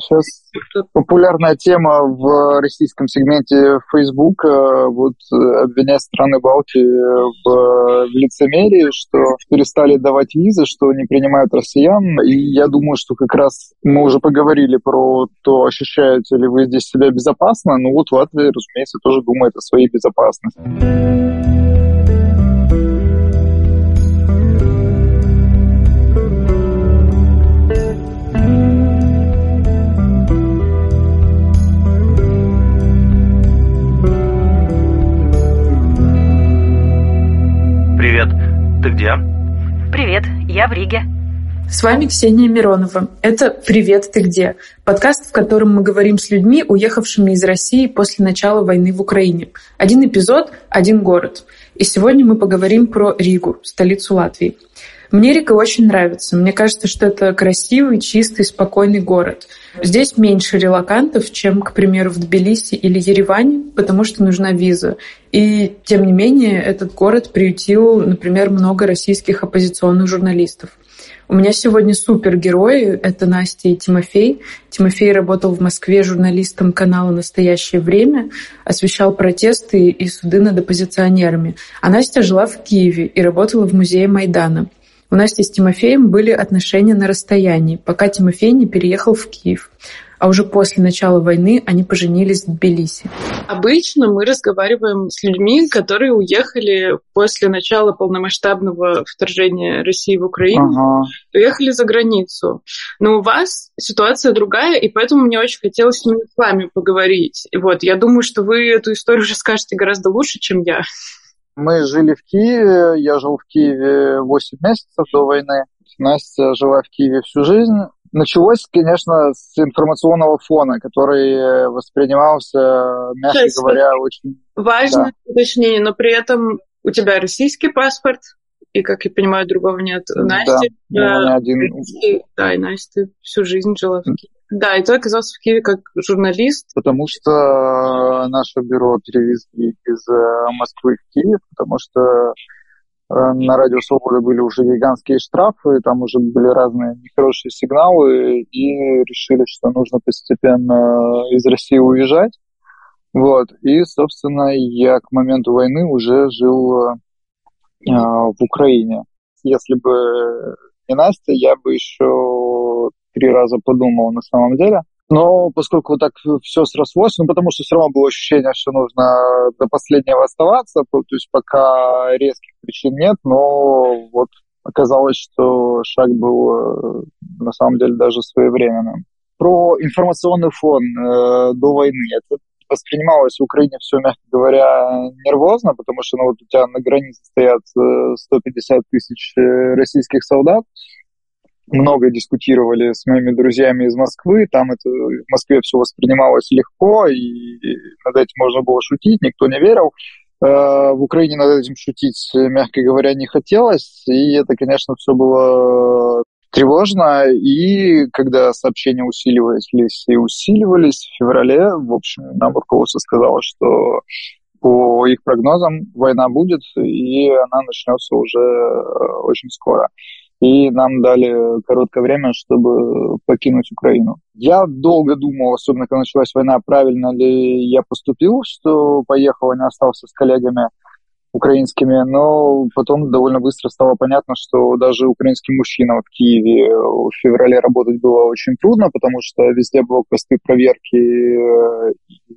Сейчас популярная тема в российском сегменте Facebook вот обвинять страны Балтии в лицемерии, что перестали давать визы, что не принимают россиян. И я думаю, что как раз мы уже поговорили про то, ощущаете ли вы здесь себя безопасно. Ну вот Латвия, разумеется, тоже думает о своей безопасности. Привет, ты где? Привет, я в Риге. С вами Ксения Миронова. Это «Привет, ты где?» Подкаст, в котором мы говорим с людьми, уехавшими из России после начала войны в Украине. Один эпизод, один город. И сегодня мы поговорим про Ригу, столицу Латвии. Мне Рига очень нравится. Мне кажется, что это красивый, чистый, спокойный город. Здесь меньше релокантов, чем, к примеру, в Тбилиси или Ереване, потому что нужна виза. И, тем не менее, этот город приютил, например, много российских оппозиционных журналистов. У меня сегодня супергерои. Это Настя и Тимофей. Тимофей работал в Москве журналистом канала «Настоящее время», освещал протесты и суды над оппозиционерами. А Настя жила в Киеве и работала в музее Майдана. У Насти с Тимофеем были отношения на расстоянии, пока Тимофей не переехал в Киев. А уже после начала войны они поженились в Тбилиси. Обычно мы разговариваем с людьми, которые уехали после начала полномасштабного вторжения России в Украину, уехали за границу. Но у вас ситуация другая, и поэтому мне очень хотелось с вами поговорить. Вот, я думаю, что вы эту историю расскажете гораздо лучше, чем я. Мы жили в Киеве, я жил в Киеве 8 месяцев до войны, Настя жила в Киеве всю жизнь. Началось, конечно, с информационного фона, который воспринимался, мягко говоря, очень... Важное уточнение, но при этом у тебя российский паспорт, и, как я понимаю, другого нет. Настя, да, один. Да, и Настя всю жизнь жила в Киеве. Да, и ты оказался в Киеве как журналист. Потому что наше бюро перевезли из Москвы в Киев, потому что на Радио Свобода были уже гигантские штрафы, там уже были разные нехорошие сигналы, и решили, что нужно постепенно из России уезжать. Вот. И, собственно, я к моменту войны уже жил в Украине. Если бы не Настя, я бы еще 3 раза подумал на самом деле. Но поскольку так все срослось, потому что все равно было ощущение, что нужно до последнего оставаться, то есть пока резких причин нет, но вот оказалось, что шаг был на самом деле даже своевременным. Про информационный фон до войны. Это воспринималось в Украине все, мягко говоря, нервозно, потому что вот у тебя на границе стоят 150 тысяч российских солдат. Много дискутировали с моими друзьями из Москвы, там это в Москве все воспринималось легко, и над этим можно было шутить, никто не верил. В Украине над этим шутить, мягко говоря, не хотелось, и это, конечно, все было тревожно, и когда сообщения усиливались и усиливались в феврале, в общем, нам руководство сказало, что по их прогнозам война будет, и она начнется уже очень скоро. И нам дали короткое время, чтобы покинуть Украину. Я долго думал, особенно когда началась война, правильно ли я поступил, что поехал, а не остался с коллегами украинскими, но потом довольно быстро стало понятно, что даже украинским мужчинам в Киеве в феврале работать было очень трудно, потому что везде блокпосты, проверки,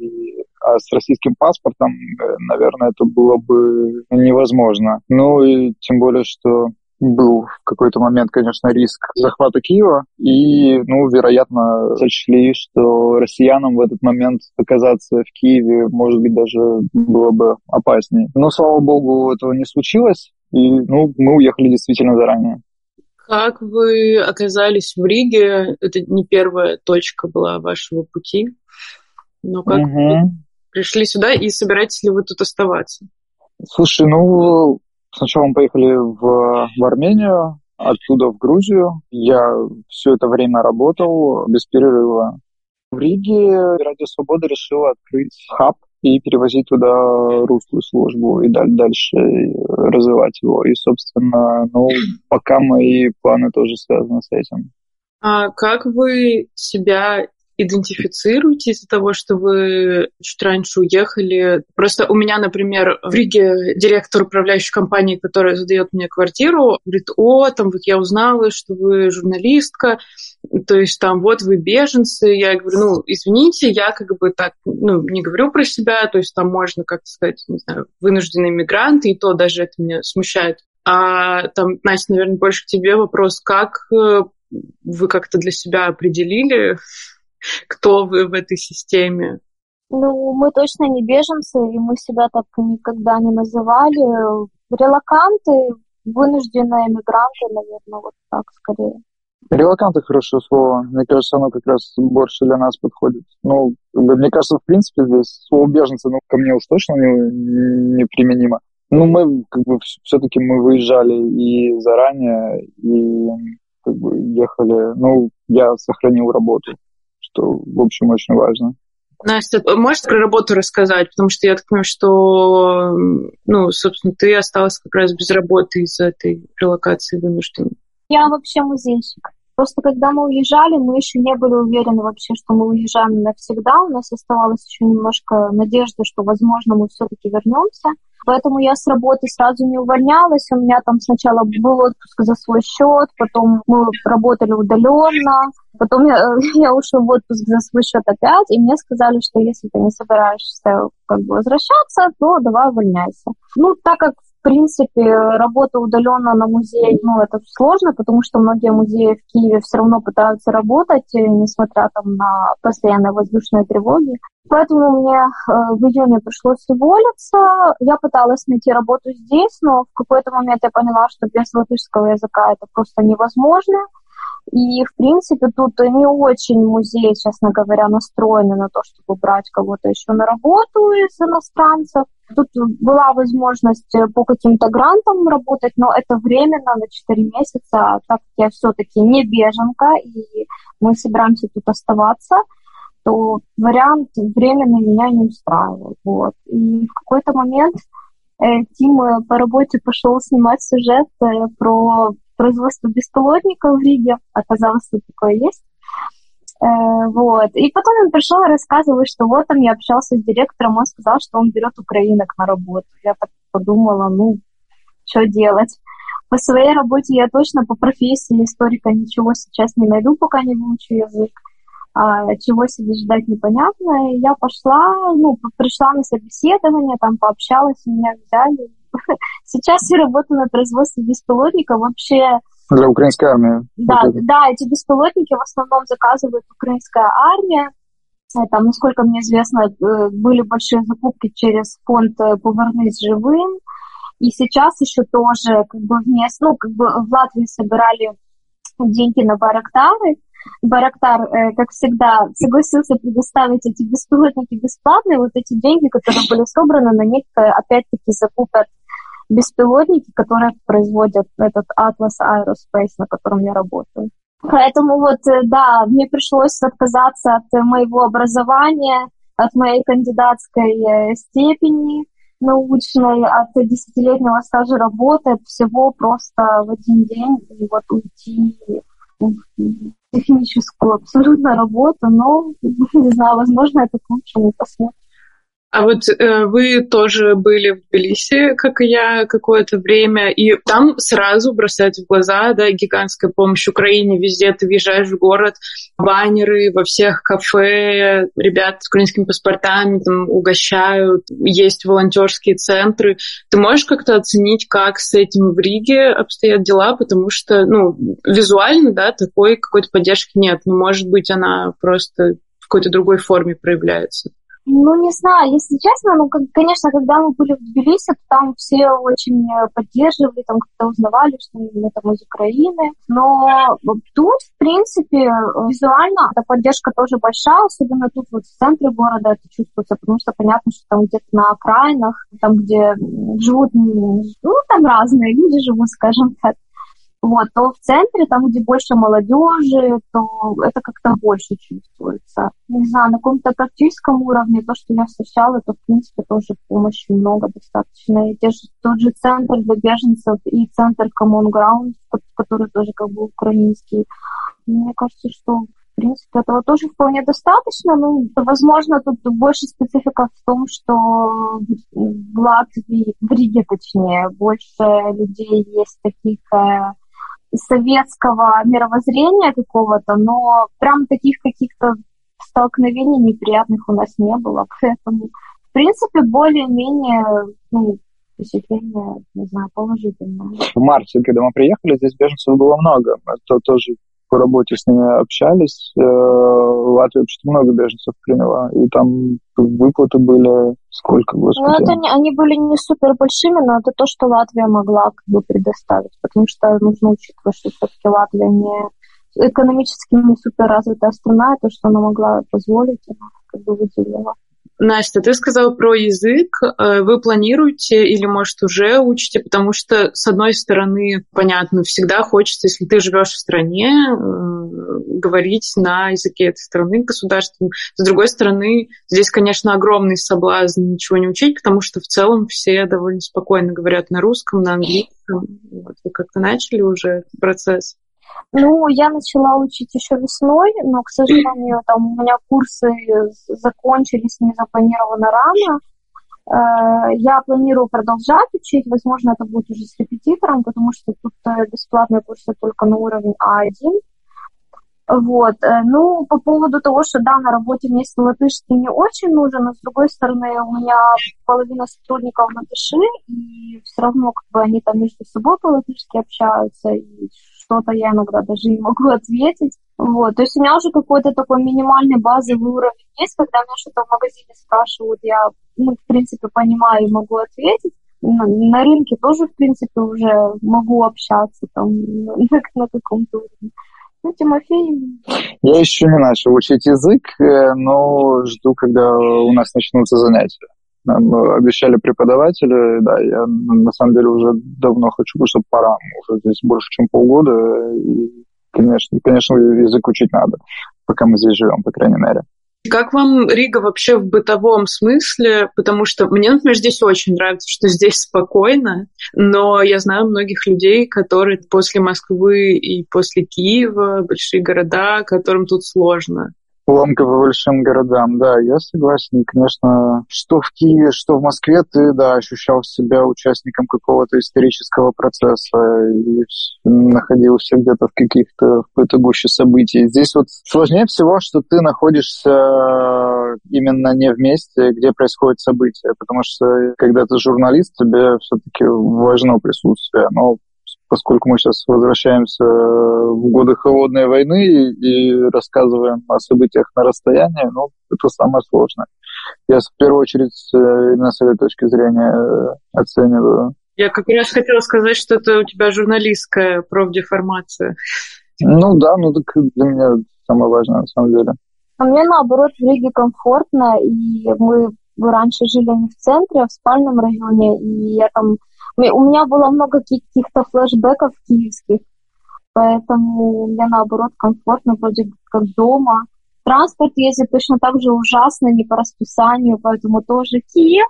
а с российским паспортом, наверное, это было бы невозможно. Ну и тем более, что был в какой-то момент, конечно, риск захвата Киева, и, вероятно, сочли, что россиянам в этот момент оказаться в Киеве, может быть, даже было бы опаснее. Но, слава богу, этого не случилось, и, мы уехали действительно заранее. Как вы оказались в Риге? Это не первая точка была вашего пути, но как вы пришли сюда, и собираетесь ли вы тут оставаться? Слушай, сначала мы поехали в Армению, оттуда в Грузию. Я все это время работал без перерыва. В Риге Радио Свобода решила открыть хаб и перевозить туда русскую службу и дальше развивать его. И, собственно, пока мои планы тоже связаны с этим. А как вы себя идентифицируете из-за того, что вы чуть раньше уехали? Просто у меня, например, в Риге директор управляющей компании, которая сдает мне квартиру, говорит: там вот я узнала, что вы журналистка, то есть там вот вы беженцы. Я говорю: извините, я как бы так, не говорю про себя, то есть там можно как-то сказать, не знаю, вынужденные мигранты, и то даже это меня смущает. А там, Настя, наверное, больше к тебе вопрос, как вы как-то для себя определили, кто вы в этой системе? Мы точно не беженцы, и мы себя так никогда не называли. Релоканты, вынужденные мигранты, наверное, вот так скорее. Релоканты — хорошее слово. Мне кажется, оно как раз больше для нас подходит. Мне кажется, в принципе, здесь слово беженцы, ко мне уж точно не применимо. Мы все-таки мы выезжали и заранее, и ехали. Я сохранил работу, что, в общем, очень важно. Настя, можешь про работу рассказать? Потому что я так понимаю, что, собственно, ты осталась как раз без работы из-за этой релокации вынужденной. Я вообще музейщик. Просто когда мы уезжали, мы еще не были уверены вообще, что мы уезжаем навсегда. У нас оставалось еще немножко надежды, что, возможно, мы все-таки вернемся. Поэтому я с работы сразу не увольнялась. У меня там сначала был отпуск за свой счет, потом мы работали удаленно, потом я ушла в отпуск за свой счет опять, и мне сказали, что если ты не собираешься возвращаться, то давай увольняйся. Так как в принципе, работа удаленно на музее, это сложно, потому что многие музеи в Киеве все равно пытаются работать, несмотря на постоянные воздушные тревоги. Поэтому мне в июне пришлось уволиться. Я пыталась найти работу здесь, но в какой-то момент я поняла, что без латышского языка это просто невозможно. И, в принципе, тут не очень музей, честно говоря, настроены на то, чтобы брать кого-то еще на работу из иностранцев. Тут была возможность по каким-то грантам работать, но это временно, на 4 месяца. Так как я все-таки не беженка, и мы собираемся тут оставаться, то вариант временно меня не устраивал. И в какой-то момент Тим по работе пошел снимать сюжет про производство беспилотников в Риге. Оказалось, что такое есть. И потом он пришел и рассказывал, что там я общался с директором, он сказал, что он берет украинок на работу. Я так подумала, что делать. По своей работе я точно по профессии историка ничего сейчас не найду, пока не выучу язык. Чего себе ждать непонятно. И я пришла на собеседование, там пообщалась, меня взяли. Сейчас я работаю на производстве беспилотников вообще. Для украинской армии. Да, эти беспилотники в основном заказывает украинская армия. Там, насколько мне известно, были большие закупки через фонд «Повернись живым». И сейчас еще тоже в Латвии собирали деньги на Байрактары. Байрактар, как всегда, согласился предоставить эти беспилотники бесплатно. И эти деньги, которые были собраны, на них опять-таки закупят беспилотники, которые производят этот Atlas Aerospace, на котором я работаю. Поэтому мне пришлось отказаться от моего образования, от моей кандидатской степени научной, от 10-летнего стажа работы, от всего просто в один день и уйти в техническую абсолютно работу, но не знаю, возможно, это к лучшему, посмотрим. А вы тоже были в Тбилиси, как и я, какое-то время, и там сразу бросается в глаза, гигантская помощь Украине. Везде ты въезжаешь в город, баннеры во всех кафе, ребят с украинскими паспортами там угощают, есть волонтерские центры. Ты можешь как-то оценить, как с этим в Риге обстоят дела? Потому что, визуально, такой какой-то поддержки нет. Может быть, она просто в какой-то другой форме проявляется. Не знаю, если честно, конечно, когда мы были в Тбилиси, то там все очень поддерживали, там как-то узнавали, что мы там из Украины. Но тут, в принципе, визуально эта поддержка тоже большая, особенно тут в центре города это чувствуется, потому что понятно, что там где-то на окраинах, там, где живут, там разные люди живут, скажем так. То в центре, там, где больше молодежи, то это как-то больше чувствуется. Не знаю, на каком-то практическом уровне, то, что я встречала, то, в принципе, тоже помощи много достаточно. И тот же центр для беженцев и центр Common Ground, который тоже украинский. Мне кажется, что, в принципе, этого тоже вполне достаточно. Ну, возможно, тут больше специфика в том, что в Латвии, в Риге точнее, больше людей есть таких советского мировоззрения какого-то, но прям таких каких-то столкновений неприятных у нас не было. Поэтому, в принципе, более-менее впечатление, не знаю, положительное. В марте, когда мы приехали, здесь беженцев было много. Это тоже по работе с ними общались. Латвия вообще много беженцев приняла. И там выплаты были сколько, господи. Ну, они были не супер большими, но это то, что Латвия могла предоставить. Потому что нужно учитывать, что все-таки Латвия не экономически не супер развитая страна, и то, что она могла позволить, она выделила. Настя, ты сказала про язык. Вы планируете или, может, уже учите? Потому что, с одной стороны, понятно, всегда хочется, если ты живешь в стране, говорить на языке этой страны государственном. С другой стороны, здесь, конечно, огромный соблазн ничего не учить, потому что в целом все довольно спокойно говорят на русском, на английском. Вот, вы как-то начали уже этот процесс? Ну, я начала учить еще весной, но, к сожалению, там у меня курсы закончились незапланированно рано. Я планирую продолжать учить, возможно, это будет уже с репетитором, потому что тут бесплатные курсы только на уровень А1. Вот. Ну, по поводу того, что да, на работе мне латышский не очень нужен, но с другой стороны, у меня половина сотрудников латыши, и все равно они там между собой по-латышски общаются, и что-то я иногда даже не могу ответить. Вот. То есть у меня уже какой-то такой минимальный базовый уровень есть, когда меня что-то в магазине спрашивают, я, в принципе, понимаю и могу ответить. На рынке тоже, в принципе, уже могу общаться там на каком-то уровне. Ну, Тимофей... Я еще не начал учить язык, но жду, когда у нас начнутся занятия. Нам обещали преподаватели, да, я на самом деле уже давно хочу, потому что пора, уже здесь больше, чем полгода, и, конечно, язык учить надо, пока мы здесь живем, по крайней мере. Как вам Рига вообще в бытовом смысле? Потому что мне, например, здесь очень нравится, что здесь спокойно, но я знаю многих людей, которые после Москвы и после Киева, большие города, которым тут сложно. Ломка по большим городам, да, я согласен. Конечно, что в Киеве, что в Москве, ты, да, ощущал себя участником какого-то исторического процесса и находился где-то в какой-то гуще событий. Здесь вот сложнее всего, что ты находишься именно не в месте, где происходит событие, потому что, когда ты журналист, тебе все-таки важно присутствие, но поскольку мы сейчас возвращаемся в годы холодной войны и рассказываем о событиях на расстоянии, это самое сложное. Я в первую очередь именно с этой точки зрения оцениваю. Я как раз хотела сказать, что это у тебя журналистская профдеформация. Ну да, так для меня самое важное на самом деле. А мне наоборот в Риге комфортно, и мы раньше жили не в центре, а в спальном районе, и я там... У меня было много каких-то флешбеков киевских, поэтому мне, наоборот, комфортно, вроде как дома. Транспорт ездит точно так же ужасно, не по расписанию, поэтому тоже Киев.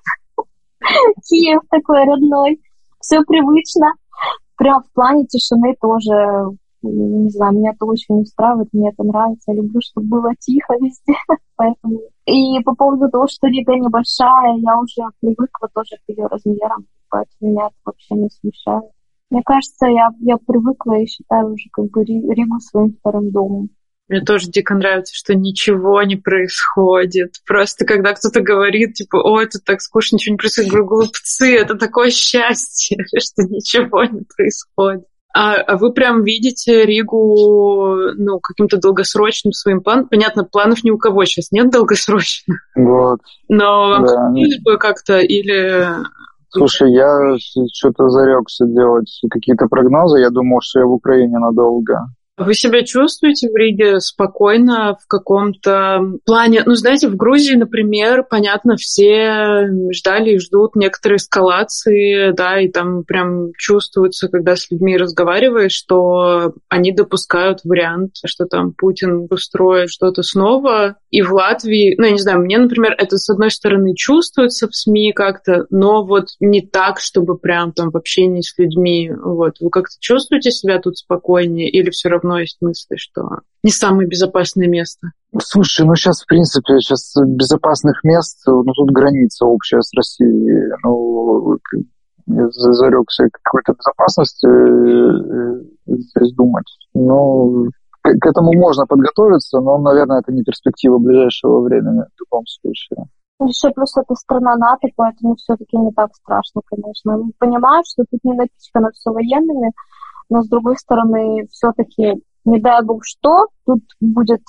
Киев такой родной. Все привычно. Прям в плане тишины тоже, не знаю, меня это очень устраивает, мне это нравится. Я люблю, чтобы было тихо везде. Поэтому... И по поводу того, что Рига небольшая, я уже привыкла тоже к ее размерам. Поэтому меня это вообще не смущает. Мне кажется, я привыкла и считаю уже Ригу своим вторым домом. Мне тоже дико нравится, что ничего не происходит. Просто когда кто-то говорит, ой, это так скучно, ничего не происходит, говорю, глупцы, это такое счастье, что ничего не происходит. А вы прям видите Ригу, каким-то долгосрочным своим планом? Понятно, планов ни у кого сейчас нет долгосрочных. Вот. Но вам хотелось бы как-то или... Слушай, я что-то зарекся делать какие-то прогнозы. Я думал, что я в Украине надолго. Вы себя чувствуете в Риге спокойно в каком-то плане? Знаете, в Грузии, например, понятно, все ждали и ждут некоторые эскалации, да, и там прям чувствуется, когда с людьми разговариваешь, что они допускают вариант, что там Путин устроит что-то снова. И в Латвии, я не знаю, мне, например, это, с одной стороны, чувствуется в СМИ как-то, но вот не так, чтобы прям там в общении с людьми. Вот. Вы как-то чувствуете себя тут спокойнее или все равно равно есть мысли, что не самое безопасное место. Слушай, сейчас, в принципе, безопасных мест, тут граница общая с Россией. Я зарекся какой-то безопасности здесь думать. К этому можно подготовиться, но, наверное, это не перспектива ближайшего времени в любом случае. Еще плюс это страна НАТО, поэтому все-таки не так страшно, конечно. Мы понимаем, что тут не напичкано все военными, но, с другой стороны, все-таки, не дай бог что, тут будет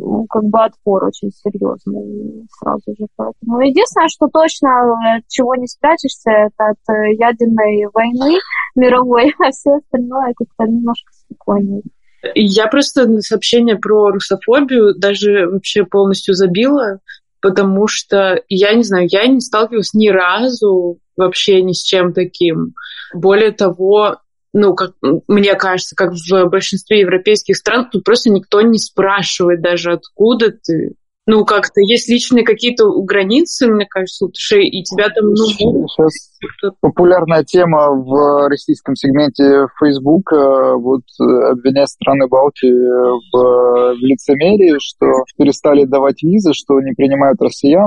отпор очень серьезный сразу же. Поэтому единственное, что точно, от чего не спрячешься, это от ядерной войны мировой, а все остальное как-то немножко спокойнее. Я просто на сообщение про русофобию даже вообще полностью забила, потому что, я не сталкивалась ни разу вообще ни с чем таким. Более того, как мне кажется, как в большинстве европейских стран, тут просто никто не спрашивает даже, откуда ты. Как-то есть личные какие-то границы, мне кажется, и тебя там... Сейчас популярная тема в российском сегменте Facebook, обвинять страны Балтии в лицемерии, что перестали давать визы, что не принимают россиян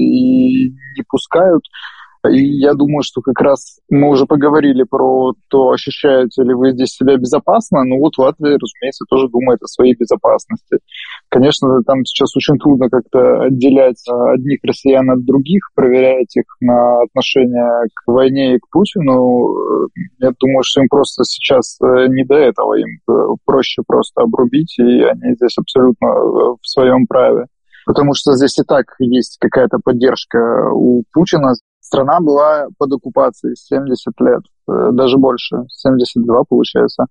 и не пускают. И я думаю, что как раз мы уже поговорили про то, ощущаете ли вы здесь себя безопасно. Латвия, разумеется, тоже думает о своей безопасности. Конечно, там сейчас очень трудно как-то отделять одних россиян от других, проверять их на отношение к войне и к Путину. Я думаю, что им просто сейчас не до этого. Им проще просто обрубить, и они здесь абсолютно в своем праве. Потому что здесь и так есть какая-то поддержка у Путина. Страна была под оккупацией 70 лет, даже больше, 72 получается.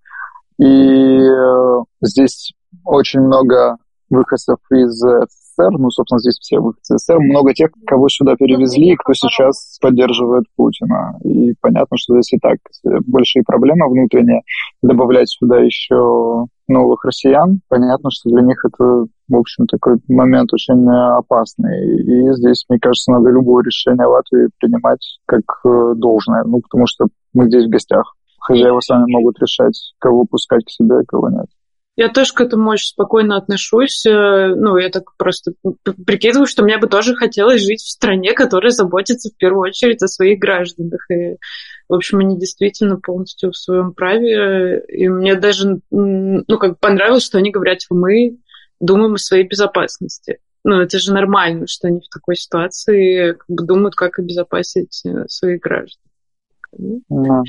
И здесь очень много выходцев из СССР, собственно, здесь все выходцы из СССР, много тех, кого сюда перевезли, кто сейчас поддерживает Путина. И понятно, что здесь и так большие проблемы внутренние. Добавлять сюда еще новых россиян, понятно, что для них это, в общем, такой момент очень опасный. И здесь, мне кажется, надо любое решение Латвии принимать как должное. Потому что мы здесь в гостях. Хозяева сами могут решать, кого пускать к себе, кого нет. Я тоже к этому очень спокойно отношусь. Я так просто прикидываю, что мне бы тоже хотелось жить в стране, которая заботится в первую очередь о своих гражданах. И, в общем, они действительно полностью в своем праве. И мне даже понравилось, что они говорят, мы думаем о своей безопасности. Это же нормально, что они в такой ситуации думают, как обезопасить своих граждан. Да.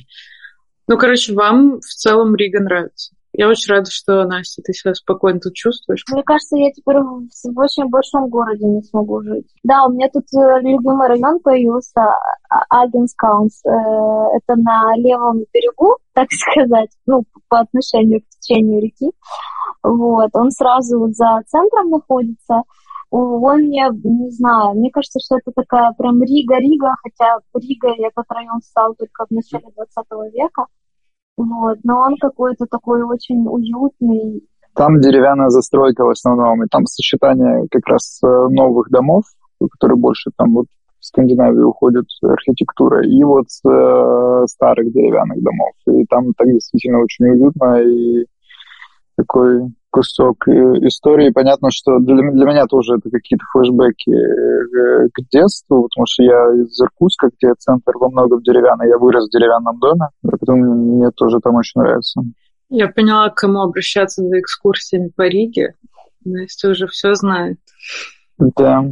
Вам в целом Рига нравится. Я очень рада, что, Настя, ты себя спокойно тут чувствуешь. Мне кажется, я теперь в очень большом городе не смогу жить. Да, у меня тут любимый район появился, Агенскаунс. Это на левом берегу, так сказать, по отношению к течению реки. Он сразу за центром находится. Он не знаю, мне кажется, что это такая прям Рига, хотя Рига этот район стал только в начале 20 века. Но он какой-то такой очень уютный. Там деревянная застройка в основном, и там сочетание как раз новых домов, которые больше там в Скандинавию уходят архитектура, и старых деревянных домов. И там так действительно очень уютно, и такой кусок истории. Понятно, что для меня тоже это какие-то флешбеки к детству, потому что я из Иркутска, где центр во многом деревянный, я вырос в деревянном доме, поэтому мне тоже там очень нравится. Я поняла, к кому обращаться за экскурсиями по Риге. Настя уже все знает. Да.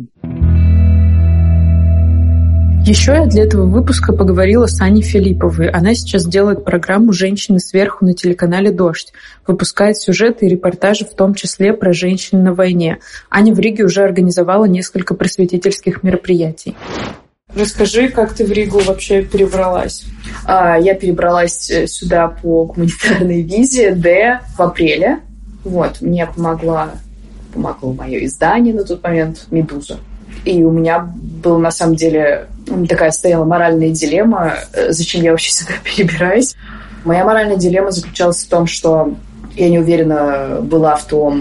Еще я для этого выпуска поговорила с Аней Филипповой. Она сейчас делает программу «Женщины сверху» на телеканале «Дождь». Выпускает сюжеты и репортажи, в том числе про женщин на войне. Аня в Риге уже организовала несколько просветительских мероприятий. Расскажи, как ты в Ригу вообще перебралась? Я перебралась сюда по гуманитарной визе Д в апреле. Мне помогло мое издание на тот момент «Медуза». И у меня была, на самом деле, такая стояла моральная дилемма, зачем я вообще сюда перебираюсь. Моя моральная дилемма заключалась в том, что я не уверена была в том,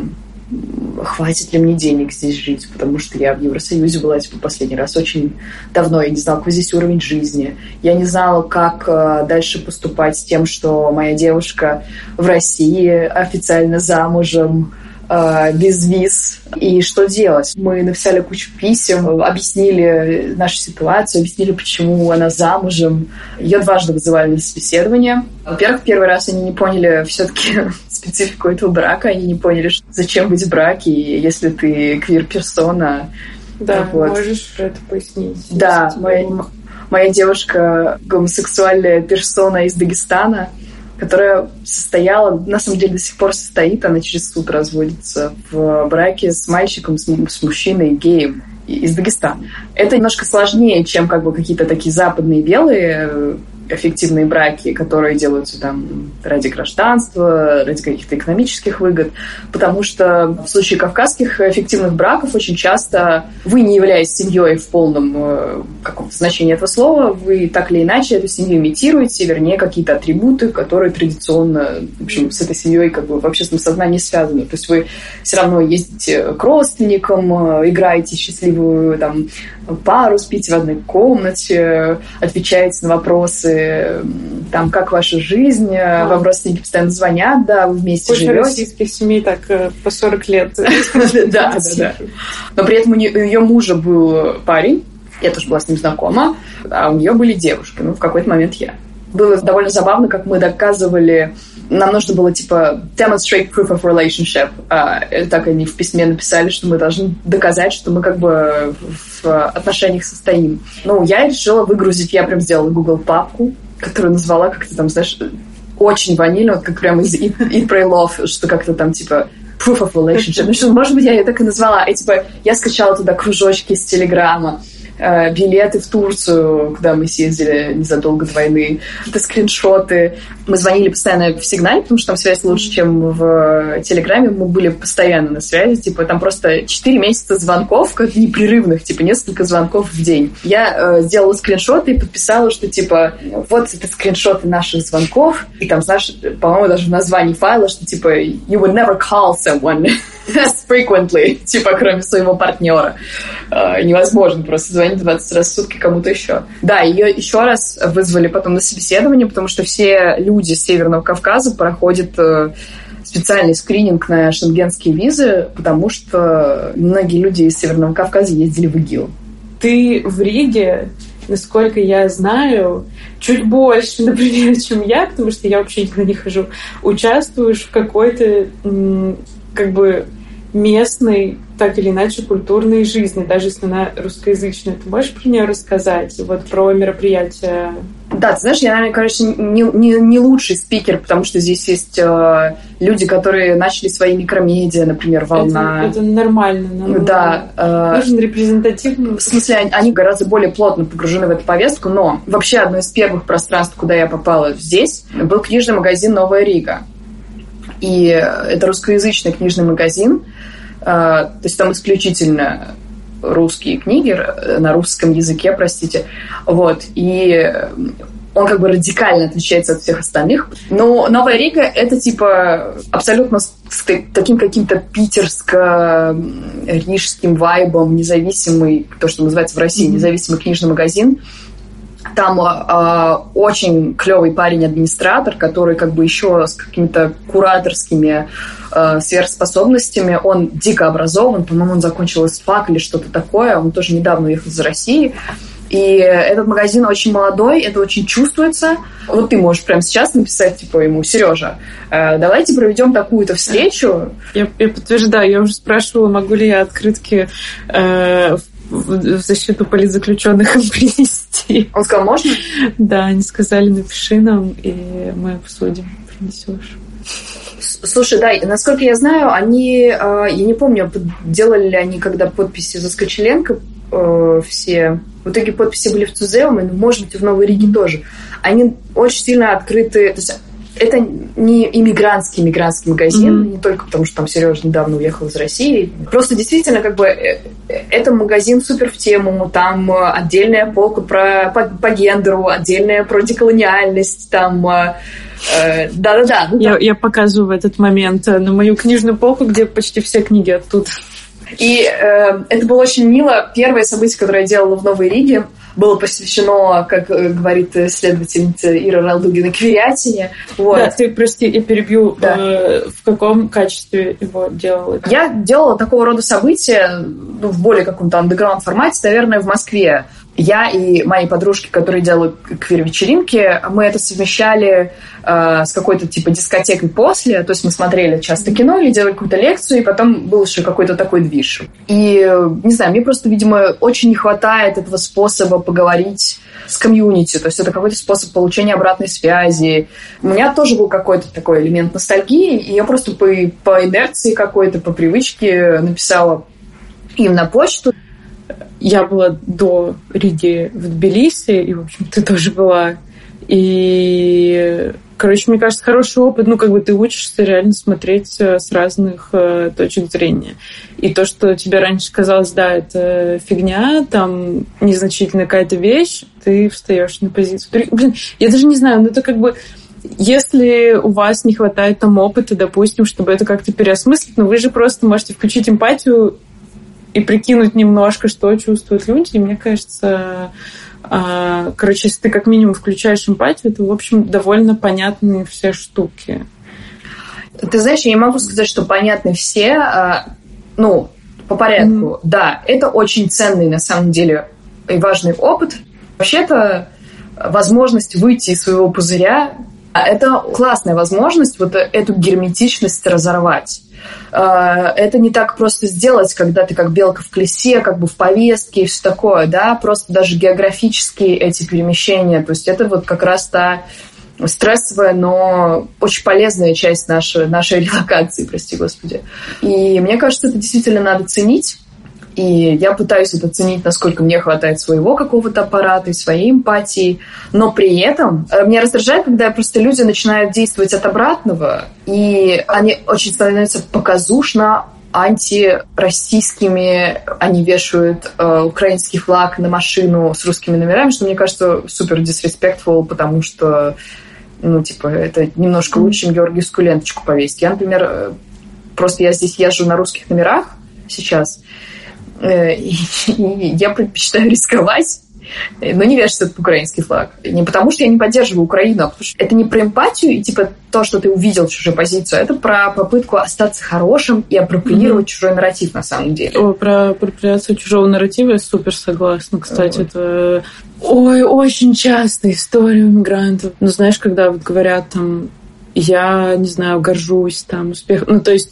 хватит ли мне денег здесь жить, потому что я в Евросоюзе была последний раз очень давно, я не знала, какой здесь уровень жизни. Я не знала, как дальше поступать с тем, что моя девушка в России официально замужем, без виз. И что делать? Мы написали кучу писем, объяснили нашу ситуацию, объяснили, почему она замужем. Ее дважды вызывали на собеседование. Во-первых, первый раз они не поняли все-таки специфику этого брака, они не поняли, зачем быть в браке, если ты квир-персона. Да, вот. Можешь это пояснить? Да, моя девушка гомосексуальная персона из Дагестана, которая состояла, на самом деле до сих пор состоит, она через суд разводится в браке с мальчиком, с мужчиной, геем из Дагестана. Это немножко сложнее, чем какие-то такие западные белые эффективные браки, которые делаются там ради гражданства, ради каких-то экономических выгод, потому что в случае кавказских эффективных браков очень часто вы, не являясь семьей в полном каком-то значении этого слова, вы так или иначе эту семью имитируете, вернее, какие-то атрибуты, которые традиционно, в общем, с этой семьей в общественном сознании связаны. То есть вы все равно ездите к родственникам, играете счастливую там пару, спите в одной комнате, отвечаете на вопросы, там, как ваша жизнь, вам родственники постоянно звонят, да, вы вместе живете. Куча российских семей так по 40 лет. Да. Но при этом у ее мужа был парень, я тоже была с ним знакома, а у нее были девушки, в какой-то момент я. Было довольно забавно, как мы доказывали, нам нужно было, demonstrate proof of relationship. Так они в письме написали, что мы должны доказать, что мы в отношениях состоим. Я решила выгрузить, я прям сделала Google папку, которую назвала как-то там, знаешь, очень ванильно, как прям из Eat, Pray, Love, что как-то там, proof of relationship. Может быть, я ее так и назвала. И, я скачала туда кружочки из Телеграма, билеты в Турцию, куда мы съездили незадолго до войны, какие-то скриншоты. Мы звонили постоянно в сигнале, потому что там связь лучше, чем в Телеграме. Мы были постоянно на связи. Там просто 4 месяца звонков, как непрерывных, несколько звонков в день. Я сделала скриншоты и подписала, что, вот это скриншоты наших звонков. И там, знаешь, по-моему, даже в названии файла, что, you would never call someone as frequently, кроме своего партнера. Невозможно просто звонить 20 раз в сутки кому-то еще. Да, ее еще раз вызвали потом на собеседование, потому что все люди с Северного Кавказа проходят специальный скрининг на шенгенские визы, потому что многие люди из Северного Кавказа ездили в ИГИЛ. Ты в Риге, насколько я знаю, чуть больше, например, чем я, потому что я вообще никуда не хожу, участвуешь в какой-то местной, так или иначе, культурной жизни, даже если она русскоязычная. Ты можешь про нее рассказать? Про мероприятия? Да, ты знаешь, я, наверное, конечно, не лучший спикер, потому что здесь есть люди, которые начали свои микромедиа, например, «Волна». Это нормально. Да. Нужен репрезентативный. В смысле, они гораздо более плотно погружены в эту повестку, но вообще одно из первых пространств, куда я попала здесь, был книжный магазин «Новая Рига». И это русскоязычный книжный магазин, то есть там исключительно русские книги, на русском языке, простите. Вот. И он радикально отличается от всех остальных. Но Новая Рига — это абсолютно с таким каким-то питерско-рижским вайбом независимый, то, что называется в России, независимый книжный магазин. Там очень клевый парень-администратор, который еще с какими-то кураторскими сверхспособностями. Он дико образован. По-моему, он закончил ИСФАК или что-то такое. Он тоже недавно уехал из России. И этот магазин очень молодой, это очень чувствуется. Вот ты можешь прямо сейчас написать ему: Сережа, давайте проведем такую-то встречу. Я подтверждаю, я уже спрашивала, могу ли я открытки в защиту политзаключенных им принести. Он сказал, можно? Да, они сказали, напиши нам, и мы обсудим, принесешь. Слушай, да, насколько я знаю, они, я не помню, делали ли они, когда подписи за Скочеленко все, в итоге подписи были в Цузеуме, но, может быть, и в Новой Риге тоже. Они очень сильно открыты, то есть это не иммигрантский магазин, не только потому, что там Сережа недавно уехал из России. Просто действительно, как бы, это магазин супер в тему. Там отдельная полка по гендеру, отдельная про деколониальность, там... Да-да-да. Я показываю в этот момент на мою книжную полку, где почти все книги оттуда. И это было очень мило. Первое событие, которое я делала в Новой Риге, было посвящено, как говорит исследовательница Ира Ралдугина, квирятине. Вот. Да, ты, прости, я перебью. Да. В каком качестве его делала? Я делала такого рода события в более каком-то андеграунд формате, наверное, в Москве. Я и мои подружки, которые делают квир-вечеринки, мы это совмещали с какой-то типа дискотекой после. То есть мы смотрели часто кино или делали какую-то лекцию, и потом был еще какой-то такой движ. И, не знаю, мне просто, видимо, очень не хватает этого способа поговорить с комьюнити. То есть это какой-то способ получения обратной связи. У меня тоже был какой-то такой элемент ностальгии, и я просто по инерции какой-то, по привычке написала им на почту. Я была до Риги в Тбилиси, и, в общем, ты тоже была. И, короче, мне кажется, хороший опыт. Ну, как бы ты учишься реально смотреть с разных точек зрения. И то, что тебе раньше казалось, да, это фигня, там, незначительная какая-то вещь, ты встаешь на позицию. Блин, я даже не знаю, ну, это как бы... Если у вас не хватает там опыта, допустим, чтобы это как-то переосмыслить, но вы же просто можете включить эмпатию и прикинуть немножко, что чувствуют люди. И мне кажется, короче, если ты как минимум включаешь эмпатию, то, в общем, довольно понятны все штуки. Ты знаешь, я не могу сказать, что понятны все. Ну, по порядку. Да, это очень ценный, на самом деле, и важный опыт. Вообще-то, возможность выйти из своего пузыря – это классная возможность вот эту герметичность разорвать. Это не так просто сделать, когда ты как белка в колесе, как бы в повестке и все такое, да, просто даже географические эти перемещения, то есть это вот как раз та стрессовая, но очень полезная часть нашей релокации, прости господи. И мне кажется, это действительно надо ценить. И я пытаюсь это ценить, насколько мне хватает своего какого-то аппарата и своей эмпатии. Но при этом меня раздражает, когда просто люди начинают действовать от обратного, и они очень становятся показушно антироссийскими. Они вешают украинский флаг на машину с русскими номерами, что мне кажется супер disrespectful, потому что, ну, типа, это немножко лучше, чем георгиевскую ленточку повесить. Я, например, я здесь езжу на русских номерах сейчас, и я предпочитаю рисковать, но не вешать этот украинский флаг. Не потому, что я не поддерживаю Украину, а потому что это не про эмпатию и типа то, что ты увидел чужую позицию, это про попытку остаться хорошим и апроприировать чужой нарратив на самом деле. Про апроприацию чужого нарратива я супер согласна. Кстати, это очень частая история у мигрантов. Ну, знаешь, когда вот говорят там, я, не знаю, горжусь там успехом. Ну, то есть...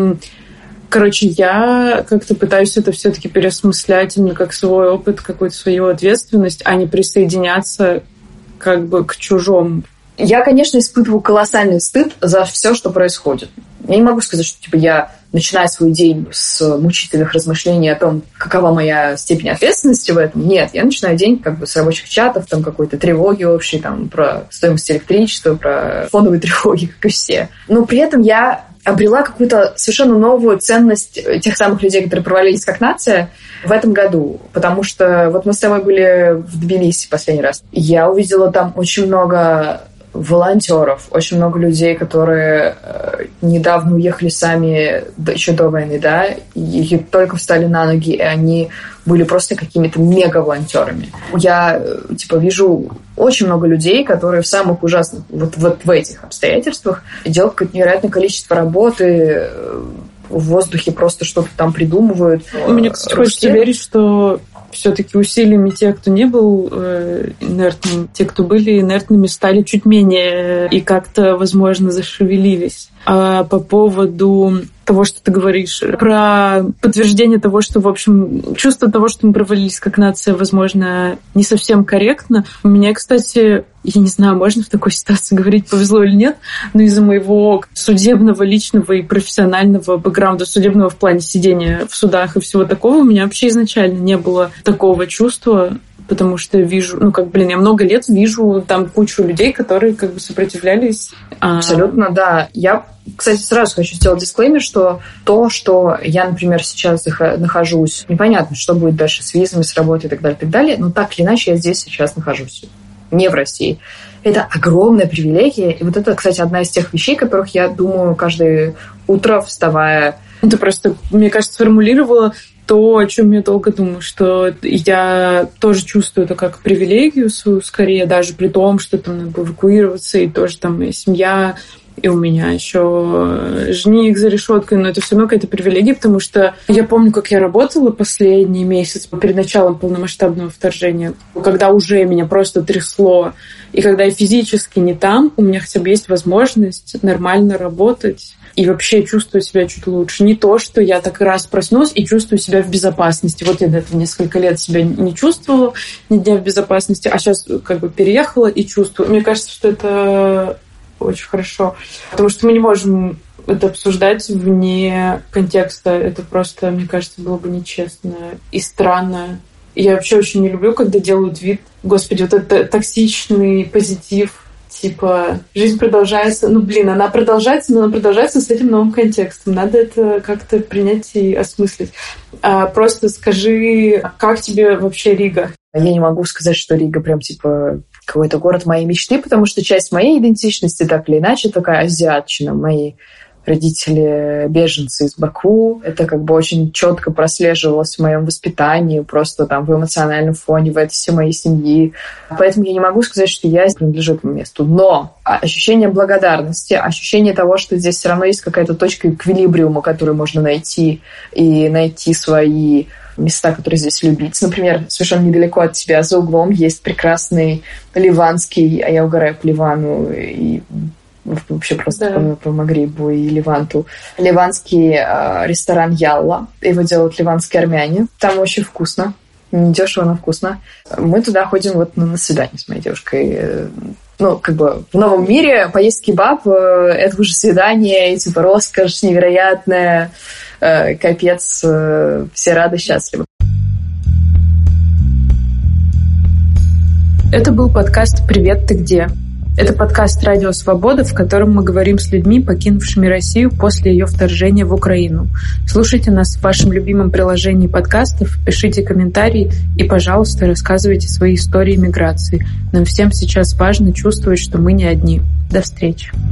Короче, я как-то пытаюсь это все-таки переосмыслять именно как свой опыт, какую-то свою ответственность, а не присоединяться как бы к чужому. Я, конечно, испытываю колоссальный стыд за все, что происходит. Я не могу сказать, что типа я начинаю свой день с мучительных размышлений о том, какова моя степень ответственности в этом. Нет, я начинаю день как бы с рабочих чатов, там какой-то тревоги общей, там про стоимость электричества, про фоновые тревоги, как и все. Но при этом я обрела какую-то совершенно новую ценность тех самых людей, которые провалились как нация в этом году. Потому что вот мы с тобой были в Тбилиси последний раз. Я увидела там очень много волонтеров, очень много людей, которые недавно уехали сами, еще до войны, да, и только встали на ноги, и они были просто какими-то мега-волонтерами. Я, вижу очень много людей, которые в самых ужасных, вот в этих обстоятельствах делают какое-то невероятное количество работы, в воздухе просто что-то там придумывают. Мне, кстати, хочется верить, что все-таки усилиями тех, кто не был инертным, те, кто были инертными, стали чуть менее и как-то, возможно, зашевелились. А по поводу того, что ты говоришь, про подтверждение того, что, в общем, чувство того, что мы провалились как нация, возможно, не совсем корректно. Мне, кстати, я не знаю, можно в такой ситуации говорить, повезло или нет, но из-за моего судебного, личного и профессионального бэкграунда, судебного в плане сидения в судах и всего такого, у меня вообще изначально не было такого чувства потому что вижу, я много лет вижу там кучу людей, которые как бы сопротивлялись. Абсолютно, да. Я, кстати, сразу хочу сделать дисклеймер, что то, что я, например, сейчас нахожусь, непонятно, что будет дальше с визами, с работой и так далее, но так или иначе я здесь сейчас нахожусь, не в России. Это огромная привилегия, и вот это, кстати, одна из тех вещей, которых я думаю каждое утро, вставая. Ты просто, мне кажется, сформулировала то, о чем я долго думаю, что я тоже чувствую это как привилегию свою, скорее, даже при том, что там надо эвакуироваться, и тоже там и семья, и у меня еще жених за решеткой, но это все равно какая-то привилегия, потому что я помню, как я работала последний месяц перед началом полномасштабного вторжения, когда уже меня просто трясло, и когда я физически не там, у меня хотя бы есть возможность нормально работать и вообще чувствовать себя чуть лучше. Не то, что я так раз проснулась и чувствую себя в безопасности. Вот я до этого несколько лет себя не чувствовала ни дня в безопасности, а сейчас как бы переехала и чувствую. Мне кажется, что это очень хорошо, потому что мы не можем это обсуждать вне контекста. Это просто, мне кажется, было бы нечестно и странно. Я вообще очень не люблю, когда делают вид. Господи, вот это токсичный позитив. Типа, жизнь продолжается. Она продолжается, но она продолжается с этим новым контекстом. Надо это как-то принять и осмыслить. Просто скажи, как тебе вообще Рига? Я не могу сказать, что Рига прям типа какой-то город моей мечты, потому что часть моей идентичности так или иначе такая азиатчина. Мои родители беженцы из Баку. Это как бы очень четко прослеживалось в моем воспитании, просто там в эмоциональном фоне, в этой моей семьи. Поэтому я не могу сказать, что я принадлежу этому месту. Но ощущение благодарности, ощущение того, что здесь все равно есть какая-то точка эквилибриума, которую можно найти, и найти свои места, которые здесь любить. Например, совершенно недалеко от тебя, за углом, есть прекрасный ливанский, а я угораю по Ливану, и вообще просто по Магрибу и Ливанту. Ливанский ресторан «Ялла». Его делают ливанские армяне. Там очень вкусно. Не дешево, но вкусно. Мы туда ходим вот на свидание с моей девушкой. В новом мире поесть кебаб — это уже свидание, и типа роскошь невероятная, капец, все рады, счастливы. Это был подкаст «Привет, ты где?». Это подкаст «Радио Свобода», в котором мы говорим с людьми, покинувшими Россию после ее вторжения в Украину. Слушайте нас в вашем любимом приложении подкастов, пишите комментарии и, пожалуйста, рассказывайте свои истории миграции. Нам всем сейчас важно чувствовать, что мы не одни. До встречи.